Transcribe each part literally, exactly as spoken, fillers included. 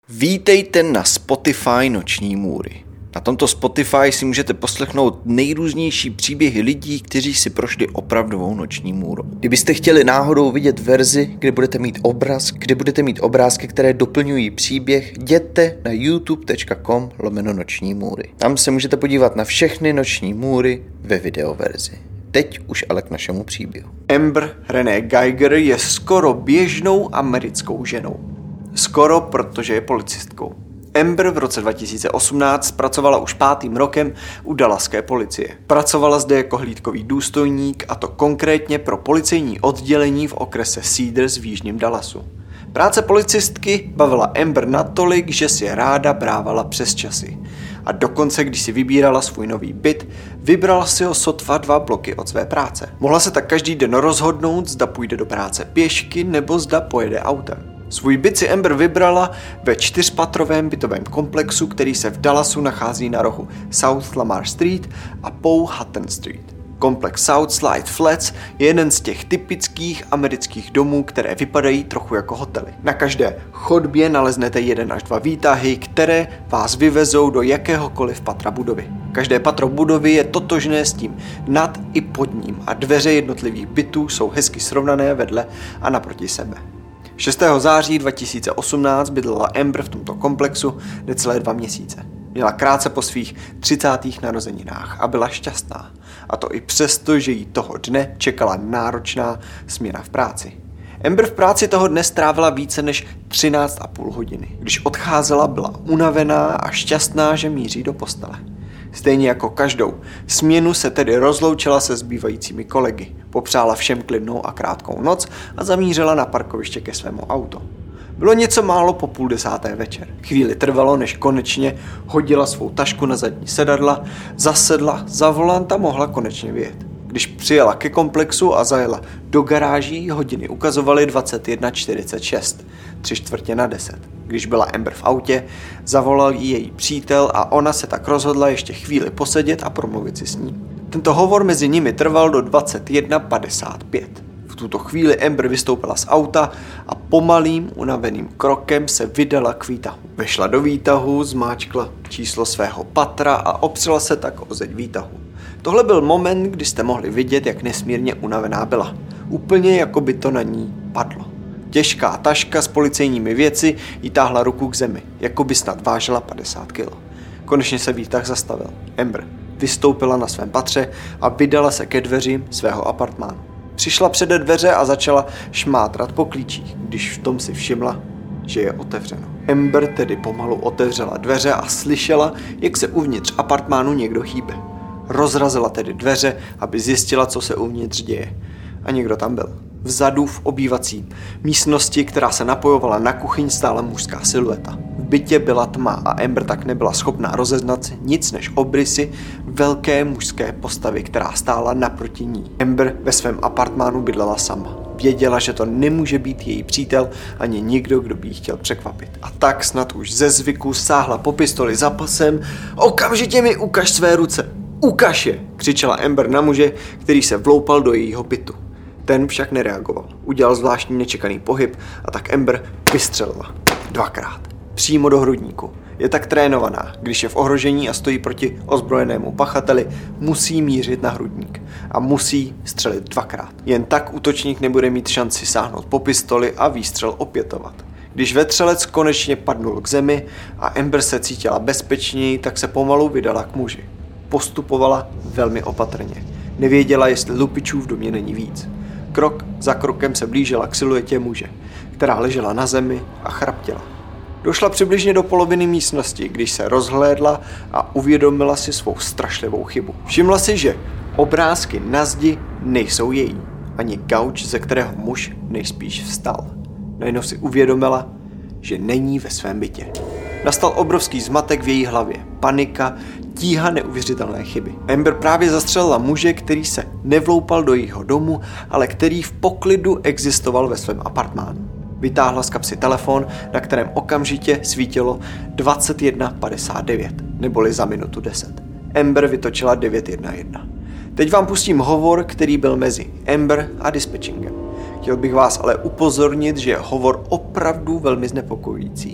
Vítejte na Spotify Noční můry. Na tomto Spotify si můžete poslechnout nejrůznější příběhy lidí, kteří si prošli opravdovou noční můrou. Kdybyste chtěli náhodou vidět verzi, kde budete mít obraz, kde budete mít obrázky, které doplňují příběh, jděte na youtube tečka com lomeno noční můry. Tam se můžete podívat na všechny noční můry ve videoverzi. Teď už ale k našemu příběhu. Amber Renee Geiger je skoro běžnou americkou ženou. Skoro, protože je policistkou. Amber v roce dva tisíce osmnáct pracovala už pátým rokem u dallaské policie. Pracovala zde jako hlídkový důstojník, a to konkrétně pro policejní oddělení v okrese Cedars v jižním Dallasu. Práce policistky bavila Amber natolik, že si ráda brávala přes časy. A dokonce, když si vybírala svůj nový byt, vybrala si ho sotva dva bloky od své práce. Mohla se tak každý den rozhodnout, zda půjde do práce pěšky nebo zda pojede autem. Svůj byt si Amber vybrala ve čtyřpatrovém bytovém komplexu, který se v Dallasu nachází na rohu South Lamar Street a Powhatan Street. Komplex South Slide Flats je jeden z těch typických amerických domů, které vypadají trochu jako hotely. Na každé chodbě naleznete jeden až dva výtahy, které vás vyvezou do jakéhokoliv patra budovy. Každé patro budovy je totožné s tím nad i pod ním a dveře jednotlivých bytů jsou hezky srovnané vedle a naproti sebe. šestého září dva tisíce osmnáct bydlela Amber v tomto komplexu necelé dva měsíce. Měla krátce po svých třicátých narozeninách a byla šťastná. A to i přesto, že jí toho dne čekala náročná směna v práci. Amber v práci toho dne strávila více než třináct a půl hodiny. Když odcházela, byla unavená a šťastná, že míří do postele. Stejně jako každou směnu se tedy rozloučila se zbývajícími kolegy, popřála všem klidnou a krátkou noc a zamířila na parkoviště ke svému autu. Bylo něco málo po půl desáté večer. Chvíli trvalo, než konečně hodila svou tašku na zadní sedadla, zasedla za volant a mohla konečně vyjet. Když přijela ke komplexu a zajela do garáží, hodiny ukazovaly dvacet jedna čtyřicet šest, tři čtvrtě na deset. Když byla Amber v autě, zavolal jí její přítel a ona se tak rozhodla ještě chvíli posedět a promluvit si s ním. Tento hovor mezi nimi trval do dvacet jedna padesát pět. V tuto chvíli Amber vystoupila z auta a pomalým, unaveným krokem se vydala k výtahu. Vešla do výtahu, zmáčkla číslo svého patra a opřela se tak o zeď výtahu. Tohle byl moment, kdy jste mohli vidět, jak nesmírně unavená byla. Úplně jako by to na ní padlo. Těžká taška s policejními věci jí táhla ruku k zemi, jako by snad vážila padesát kilo. Konečně se výtah zastavil. Amber vystoupila na svém patře a vydala se ke dveřím svého apartmánu. Přišla před dveře a začala šmátrat po klíčích, když v tom si všimla, že je otevřeno. Amber tedy pomalu otevřela dveře a slyšela, jak se uvnitř apartmánu někdo hýbe. Rozrazila tedy dveře, aby zjistila, co se uvnitř děje. A někdo tam byl. Vzadu v obývací místnosti, která se napojovala na kuchyň, stála mužská silueta. V bytě byla tma a Amber tak nebyla schopná rozeznat nic než obrysy velké mužské postavy, která stála naproti ní. Amber ve svém apartmánu bydlela sama. Věděla, že to nemůže být její přítel ani nikdo, kdo by ji chtěl překvapit. A tak snad už ze zvyku sáhla po pistoli za pasem. Okamžitě mi ukaž své ruce! Ukaž je! Křičela Amber na muže, který se vloupal do jejího bytu. Ten však nereagoval. Udělal zvláštní nečekaný pohyb a tak Amber vystřelila. Dvakrát. Přímo do hrudníku. Je tak trénovaná. Když je v ohrožení a stojí proti ozbrojenému pachateli, musí mířit na hrudník. A musí střelit dvakrát. Jen tak útočník nebude mít šanci sáhnout po pistoli a výstřel opětovat. Když vetřelec konečně padnul k zemi a Amber se cítila bezpečněji, tak se pomalu vydala k muži. Postupovala velmi opatrně. Nevěděla, jestli lupičů v domě není víc. Krok za krokem se blížila k siluetě muže, která ležela na zemi a chraptěla. Došla přibližně do poloviny místnosti, když se rozhlédla a uvědomila si svou strašlivou chybu. Všimla si, že obrázky na zdi nejsou její, ani gauč, ze kterého muž nejspíš vstal. Najednou si uvědomila, že není ve svém bytě. Nastal obrovský zmatek v její hlavě, panika, tíha neuvěřitelné chyby. Amber právě zastřelila muže, který se nevloupal do jejího domu, ale který v poklidu existoval ve svém apartmánu. Vytáhla z kapsy telefon, na kterém okamžitě svítilo dvacet jedna padesát devět, neboli za minutu deset. Amber vytočila devět jedna jedna. Teď vám pustím hovor, který byl mezi Amber a dispečingem. Chtěl bych vás ale upozornit, že je hovor opravdu velmi znepokojující.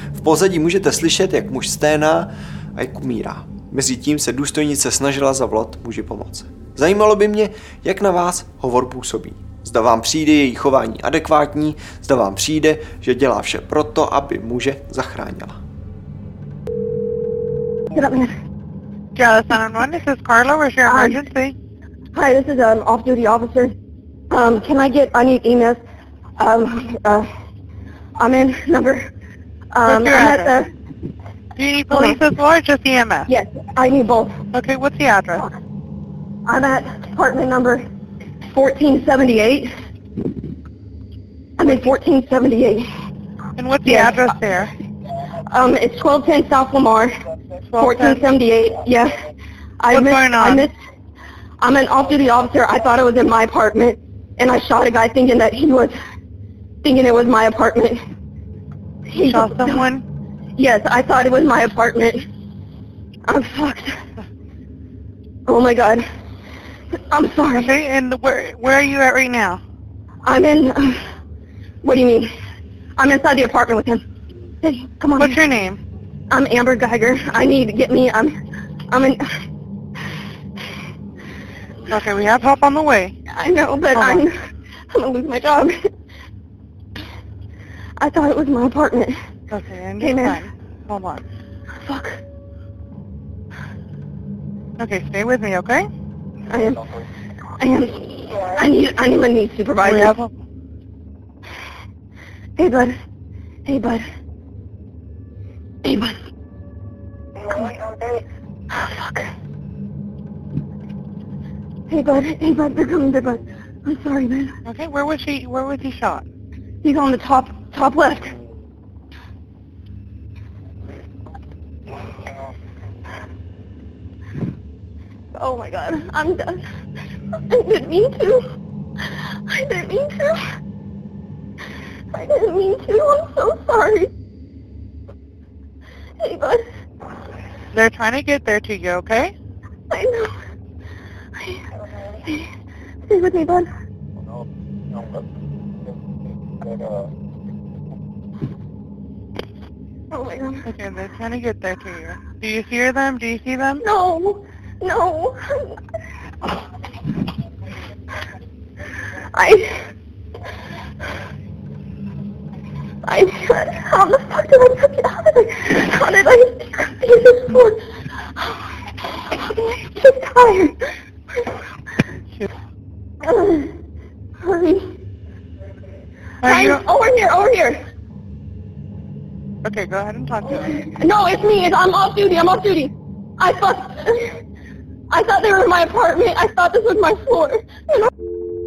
V pozadí můžete slyšet, jak muž sténá a jak umírá. Mezitím se důstojnice snažila zavolat muži pomoc. Zajímalo by mě, jak na vás hovor působí. Zda vám přijde její chování adekvátní, zda vám přijde, že dělá vše proto, aby muže zachránila. Dallas nine one one, this is Carla. Where's your emergency? Hi, this is an off-duty officer. Um, can I get, I need E M S. Um, uh, I'm in number, um, What's your I'm at address? the, Do you need police as well or just E M S? yes, I need both. Okay, what's the address? I'm at apartment number fourteen seventy-eight. I'm in fourteen seventy-eight. And what's the Yes. address there? Um, it's twelve ten South Lamar, fourteen seventy-eight, yeah. I What's missed, going I on? missed, I'm an off-duty officer. I thought it was in my apartment, and I shot a guy thinking that he was, thinking it was my apartment. He Saw someone? Yes, I thought it was my apartment. I'm fucked. Oh my god. I'm sorry. Okay, and where where are you at right now? I'm in, uh, what do you mean? I'm inside the apartment with him. Hey, come on. What's your name? I'm Amber Geiger. I need to get me, I'm, I'm in, Okay, we have help on the way. I know, but Hold I'm, on. I'm gonna lose my job. I thought it was my apartment. Okay, and Hey, you're man. fine. Hold on. Fuck. Okay, stay with me, okay? I am, I am, I need, I need a need supervisor. We have help. Hey, bud. Hey, bud. Hey, bud. Come on. Oh, fuck. Hey, bud. Hey, bud. They're coming. They're bud. I'm sorry, man. Okay, where was he? Where was he shot? He's on the top, top left. Oh my god, I'm done. I didn't mean to. I didn't mean to. I didn't mean to. I'm so sorry. Hey, bud. They're trying to get there to you, okay? I know. I, I, stay with me, bud. Oh my god. Okay, they're trying to get there to you. Do you hear them? Do you see them? No, no. I, I, how the fuck did I fucking, how did I, how did I use this for? I'm so tired. Uh, hurry. Are Hi, you? over here, over here. Okay, go ahead and talk to them. No, it's me. It's, I'm off duty. I'm off duty. I thought, I thought they were in my apartment. I thought this was my floor. And I-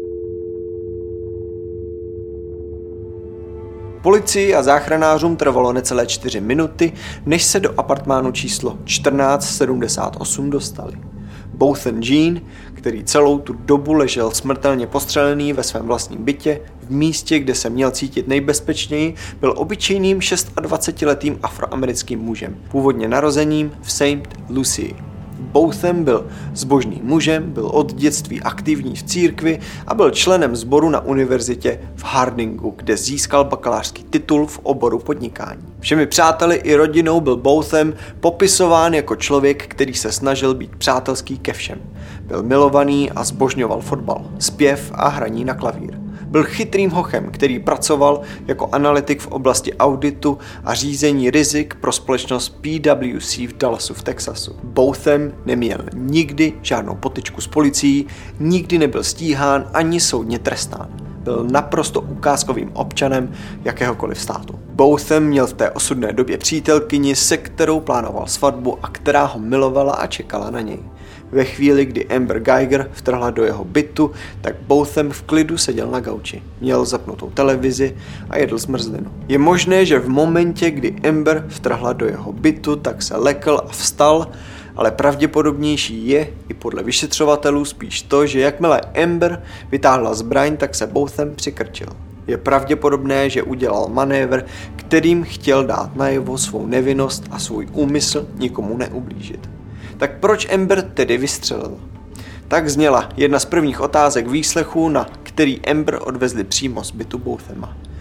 Policii a záchranářům trvalo necelé čtyři minuty, než se do apartmánu číslo čtrnáct sedmdesát osm dostali. Botham Jean, který celou tu dobu ležel smrtelně postřelený ve svém vlastním bytě, v místě, kde se měl cítit nejbezpečněji, byl obyčejným dvacetišestiletým afroamerickým mužem, původně narozeným v Saint Lucie. Botham byl zbožným mužem, byl od dětství aktivní v církvi a byl členem sboru na univerzitě v Hardingu, kde získal bakalářský titul v oboru podnikání. Všemi přáteli i rodinou byl Botham popisován jako člověk, který se snažil být přátelský ke všem. Byl milovaný a zbožňoval fotbal, zpěv a hraní na klavír. Byl chytrým hochem, který pracoval jako analytik v oblasti auditu a řízení rizik pro společnost P W C v Dallasu v Texasu. Botham neměl nikdy žádnou potyčku s policií, nikdy nebyl stíhán ani soudně trestán. Byl naprosto ukázkovým občanem jakéhokoliv státu. Botham měl v té osudné době přítelkyni, se kterou plánoval svatbu a která ho milovala a čekala na něj. Ve chvíli, kdy Amber Geiger vtrhla do jeho bytu, tak Botham v klidu seděl na gauči. Měl zapnutou televizi a jedl zmrzlinu. Je možné, že v momentě, kdy Amber vtrhla do jeho bytu, tak se lekl a vstal, ale pravděpodobnější je, i podle vyšetřovatelů, spíš to, že jakmile Amber vytáhla zbraň, tak se Botham přikrčil. Je pravděpodobné, že udělal manévr, kterým chtěl dát najevo svou nevinnost a svůj úmysl nikomu neublížit. Tak proč Amber tedy vystřelil? Tak zněla jedna z prvních otázek výslechu, na který Amber odvezli přímo z bytu Bothama.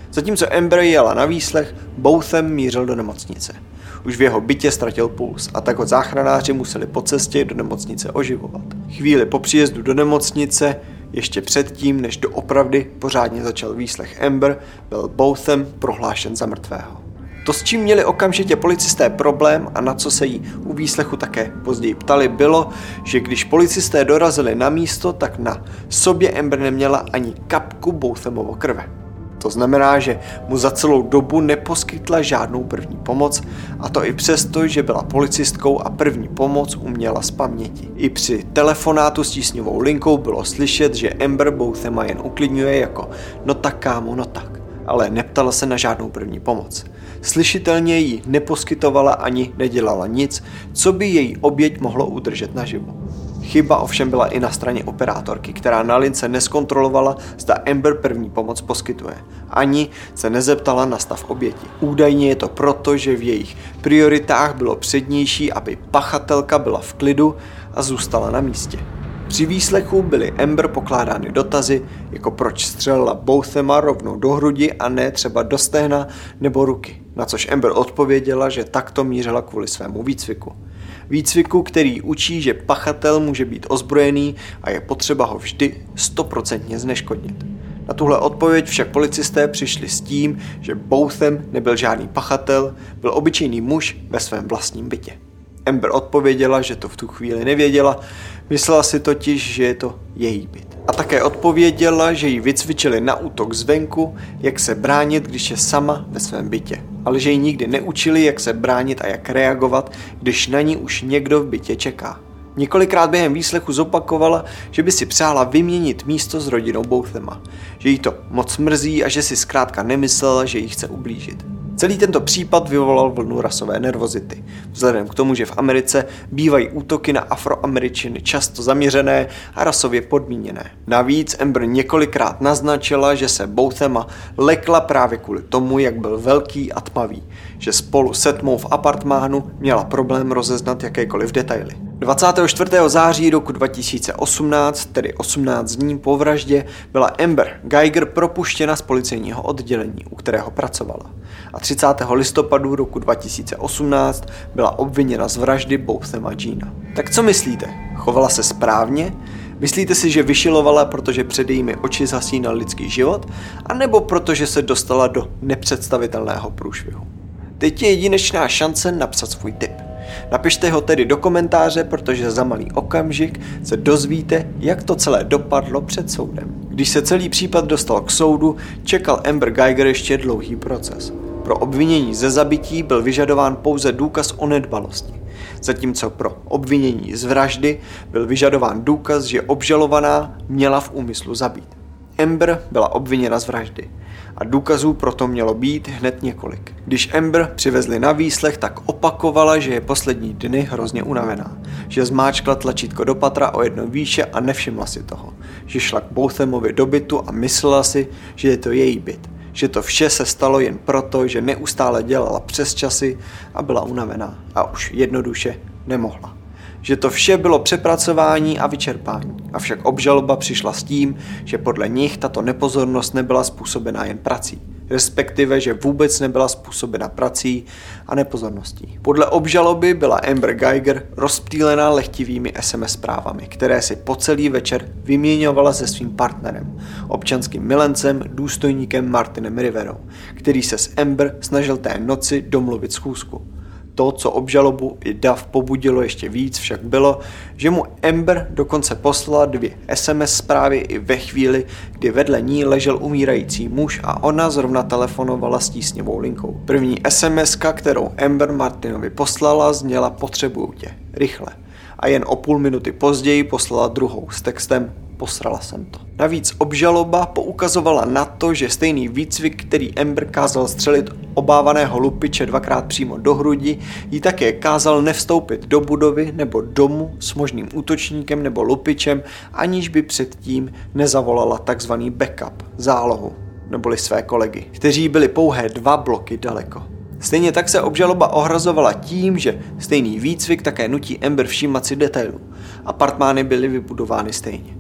Zatímco Amber jela na výslech, Botham mířil do nemocnice. Už v jeho bytě ztratil puls a tak ho záchranáři museli po cestě do nemocnice oživovat. Chvíli po příjezdu do nemocnice, ještě předtím, než doopravdy pořádně začal výslech Amber, byl Botham prohlášen za mrtvého. To, s čím měli okamžitě policisté problém a na co se jí u výslechu také později ptali, bylo, že když policisté dorazili na místo, tak na sobě Amber neměla ani kapku Bothamovo krve. To znamená, že mu za celou dobu neposkytla žádnou první pomoc, a to i přesto, že byla policistkou a první pomoc uměla z paměti. I při telefonátu s tísňovou linkou bylo slyšet, že Amber Bothama jen uklidňuje jako no tak kámo, no tak, ale neptala se na žádnou první pomoc. Slyšitelně jí neposkytovala ani nedělala nic, co by její oběť mohlo udržet naživu. Chyba ovšem byla i na straně operátorky, která na lince neskontrolovala, zda Amber první pomoc poskytuje. Ani se nezeptala na stav oběti. Údajně je to proto, že v jejich prioritách bylo přednější, aby pachatelka byla v klidu a zůstala na místě. Při výslechu byly Amber pokládány dotazy, jako proč střelila Bothama rovnou do hrudi a ne třeba do stehna nebo ruky, na což Amber odpověděla, že takto mířila kvůli svému výcviku. Výcviku, který učí, že pachatel může být ozbrojený a je potřeba ho vždy stoprocentně zneškodnit. Na tuhle odpověď však policisté přišli s tím, že Botham nebyl žádný pachatel, byl obyčejný muž ve svém vlastním bytě. Amber odpověděla, že to v tu chvíli nevěděla, myslela si totiž, že je to její byt. A také odpověděla, že ji vycvičili na útok zvenku, jak se bránit, když je sama ve svém bytě. Ale že ji nikdy neučili, jak se bránit a jak reagovat, když na ní už někdo v bytě čeká. Několikrát během výslechu zopakovala, že by si přála vyměnit místo s rodinou Bothama, že jí to moc mrzí a že si zkrátka nemyslela, že jí chce ublížit. Celý tento případ vyvolal vlnu rasové nervozity. Vzhledem k tomu, že v Americe bývají útoky na Afroameričany často zaměřené a rasově podmíněné. Navíc Amber několikrát naznačila, že se Bothama lekla právě kvůli tomu, jak byl velký a tmavý, že spolu se tmou v apartmánu měla problém rozeznat jakékoliv detaily. dvacátého čtvrtého září roku dva tisíce osmnáct, tedy osmnáct dní po vraždě, byla Amber Geiger propuštěna z policejního oddělení, u kterého pracovala. A třicátého listopadu roku dva tisíce osmnáct byla obviněna z vraždy Bothama Jeana. Tak co myslíte? Chovala se správně? Myslíte si, že vyšilovala, protože před jejími oči zhasínal lidský život? A nebo protože se dostala do nepředstavitelného průšvihu? Teď je jedinečná šance napsat svůj tip. Napište ho tedy do komentáře, protože za malý okamžik se dozvíte, jak to celé dopadlo před soudem. Když se celý případ dostal k soudu, čekal Amber Geiger ještě dlouhý proces. Pro obvinění ze zabití byl vyžadován pouze důkaz o nedbalosti, zatímco pro obvinění z vraždy byl vyžadován důkaz, že obžalovaná měla v úmyslu zabít. Amber byla obviněna z vraždy a důkazů proto mělo být hned několik. Když Amber přivezli na výslech, tak opakovala, že je poslední dny hrozně unavená, že zmáčkla tlačítko do patra o jedno výše a nevšimla si toho, že šla k Bothamovi do bytu a myslela si, že je to její byt, že to vše se stalo jen proto, že neustále dělala přesčasy a byla unavená a už jednoduše nemohla. Že to vše bylo přepracování a vyčerpání. Avšak obžaloba přišla s tím, že podle nich tato nepozornost nebyla způsobena jen prací, respektive, že vůbec nebyla způsobena prací a nepozorností. Podle obžaloby byla Amber Geiger rozptýlená lehtivými es em es zprávami, které si po celý večer vyměňovala se svým partnerem, občanským milencem, důstojníkem Martinem Riverou, který se s Amber snažil té noci domluvit schůzku. To, co obžalobu i dav pobudilo ještě víc, však bylo, že mu Amber dokonce poslala dvě es em es zprávy i ve chvíli, kdy vedle ní ležel umírající muž a ona zrovna telefonovala s tísňovou linkou. První es em eska, kterou Amber Martinovi poslala, zněla potřebuju tě, rychle. A jen o půl minuty později poslala druhou s textem posrala jsem to. Navíc obžaloba poukazovala na to, že stejný výcvik, který Amber kázal střelit obávaného lupiče dvakrát přímo do hrudi, jí také kázal nevstoupit do budovy nebo domu s možným útočníkem nebo lupičem, aniž by předtím nezavolala takzvaný backup, zálohu, neboli své kolegy, kteří byli pouhé dva bloky daleko. Stejně tak se obžaloba ohrazovala tím, že stejný výcvik také nutí Amber všímat si detailů. Apartmány byly vybudovány stejně.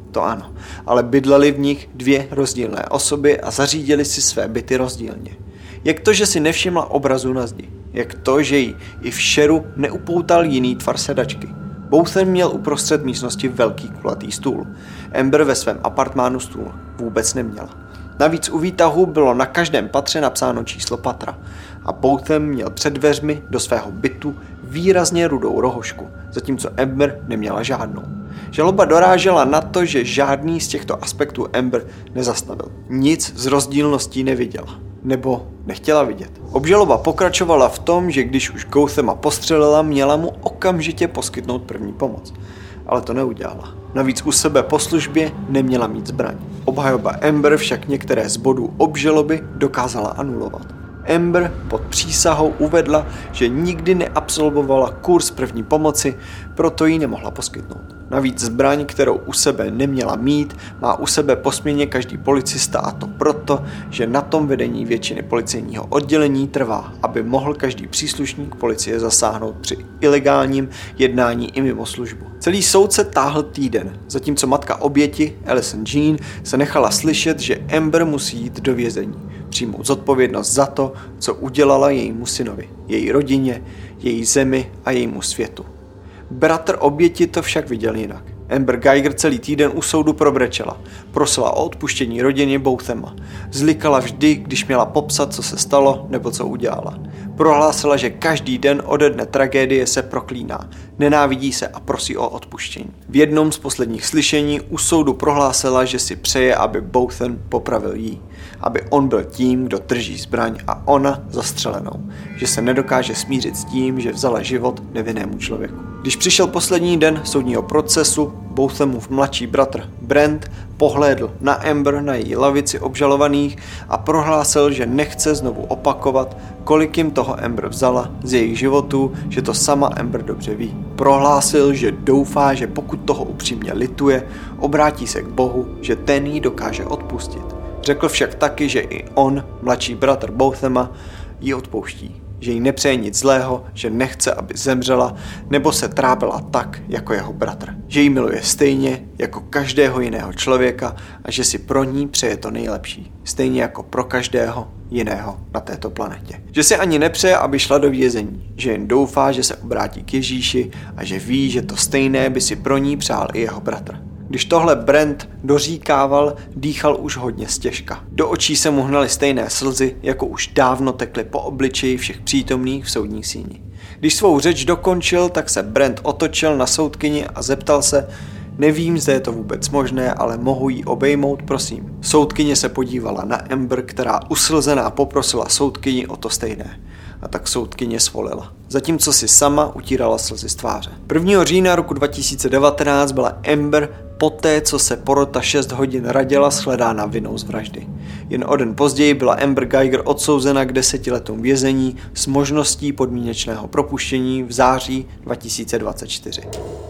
To ano, ale bydleli v nich dvě rozdílné osoby a zařídili si své byty rozdílně. Jak to, že si nevšimla obrazu na zdi? Jak to, že jí i v šeru neupoutal jiný tvar sedačky? Bouthen měl uprostřed místnosti velký kulatý stůl. Amber ve svém apartmánu stůl vůbec neměla. Navíc u výtahu bylo na každém patře napsáno číslo patra a Bouthen měl před dveřmi do svého bytu výrazně rudou rohošku, zatímco Amber neměla žádnou. Žaloba dorážela na to, že žádný z těchto aspektů Amber nezastavil. Nic z rozdílností neviděla. Nebo nechtěla vidět. Obžaloba pokračovala v tom, že když už Gauthama postřelila, měla mu okamžitě poskytnout první pomoc. Ale to neudělala. Navíc u sebe po službě neměla mít zbraň. Obhajoba Amber však některé z bodů obžaloby dokázala anulovat. Amber pod přísahou uvedla, že nikdy neabsolvovala kurz první pomoci, proto ji nemohla poskytnout. Navíc zbraň, kterou u sebe neměla mít, má u sebe po směně každý policista, a to proto, že na tom vedení většiny policejního oddělení trvá, aby mohl každý příslušník policie zasáhnout při ilegálním jednání i mimo službu. Celý soud se táhl týden, zatímco matka oběti, Allison Jean, se nechala slyšet, že Amber musí jít do vězení, přijmout zodpovědnost za to, co udělala jejímu synovi, její rodině, její zemi a jejímu světu. Bratr oběti to však viděl jinak. Amber Geiger celý týden u soudu probrečela. Prosila o odpuštění rodině Bouthama. Zlikala vždy, když měla popsat, co se stalo nebo co udělala. Prohlásila, že každý den ode dne tragédie se proklíná, nenávidí se a prosí o odpuštění. V jednom z posledních slyšení u soudu prohlásila, že si přeje, aby Boutham popravil jí. Aby on byl tím, kdo drží zbraň a ona zastřelenou. Že se nedokáže smířit s tím, že vzala život nevinnému člověku. Když přišel poslední den soudního procesu, Bouthamův mladší bratr Brent pohlédl na Amber na její lavici obžalovaných a prohlásil, že nechce znovu opakovat, kolik jim toho Amber vzala z jejich životů, že to sama Amber dobře ví. Prohlásil, že doufá, že pokud toho upřímně lituje, obrátí se k Bohu, že ten jí dokáže odpustit. Řekl však taky, že i on, mladší bratr Bouthama, ji odpouští. Že jí nepřeje nic zlého, že nechce, aby zemřela, nebo se trápila tak, jako jeho bratr. Že ji miluje stejně, jako každého jiného člověka a že si pro ní přeje to nejlepší. Stejně jako pro každého jiného na této planetě. Že si ani nepřeje, aby šla do vězení. Že jen doufá, že se obrátí k Ježíši a že ví, že to stejné by si pro ní přál i jeho bratr. Když tohle Brent doříkával, dýchal už hodně stěžka. Do očí se mu hnaly stejné slzy, jako už dávno tekly po obličeji všech přítomných v soudní síni. Když svou řeč dokončil, tak se Brent otočil na soudkyni a zeptal se: nevím, zda je to vůbec možné, ale mohu jí obejmout, prosím. Soudkyně se podívala na Amber, která uslzená poprosila soudkyni o to stejné. A tak soudkyně svolila. Zatímco si sama utírala slzy z tváře. prvního října roku dva tisíce devatenáct byla Amber poté, co se porota šest hodin radila, shledána vinnou z vraždy. Jen o den později byla Amber Geiger odsouzena k deseti letům vězení s možností podmínečného propuštění v září dva tisíce dvacet čtyři.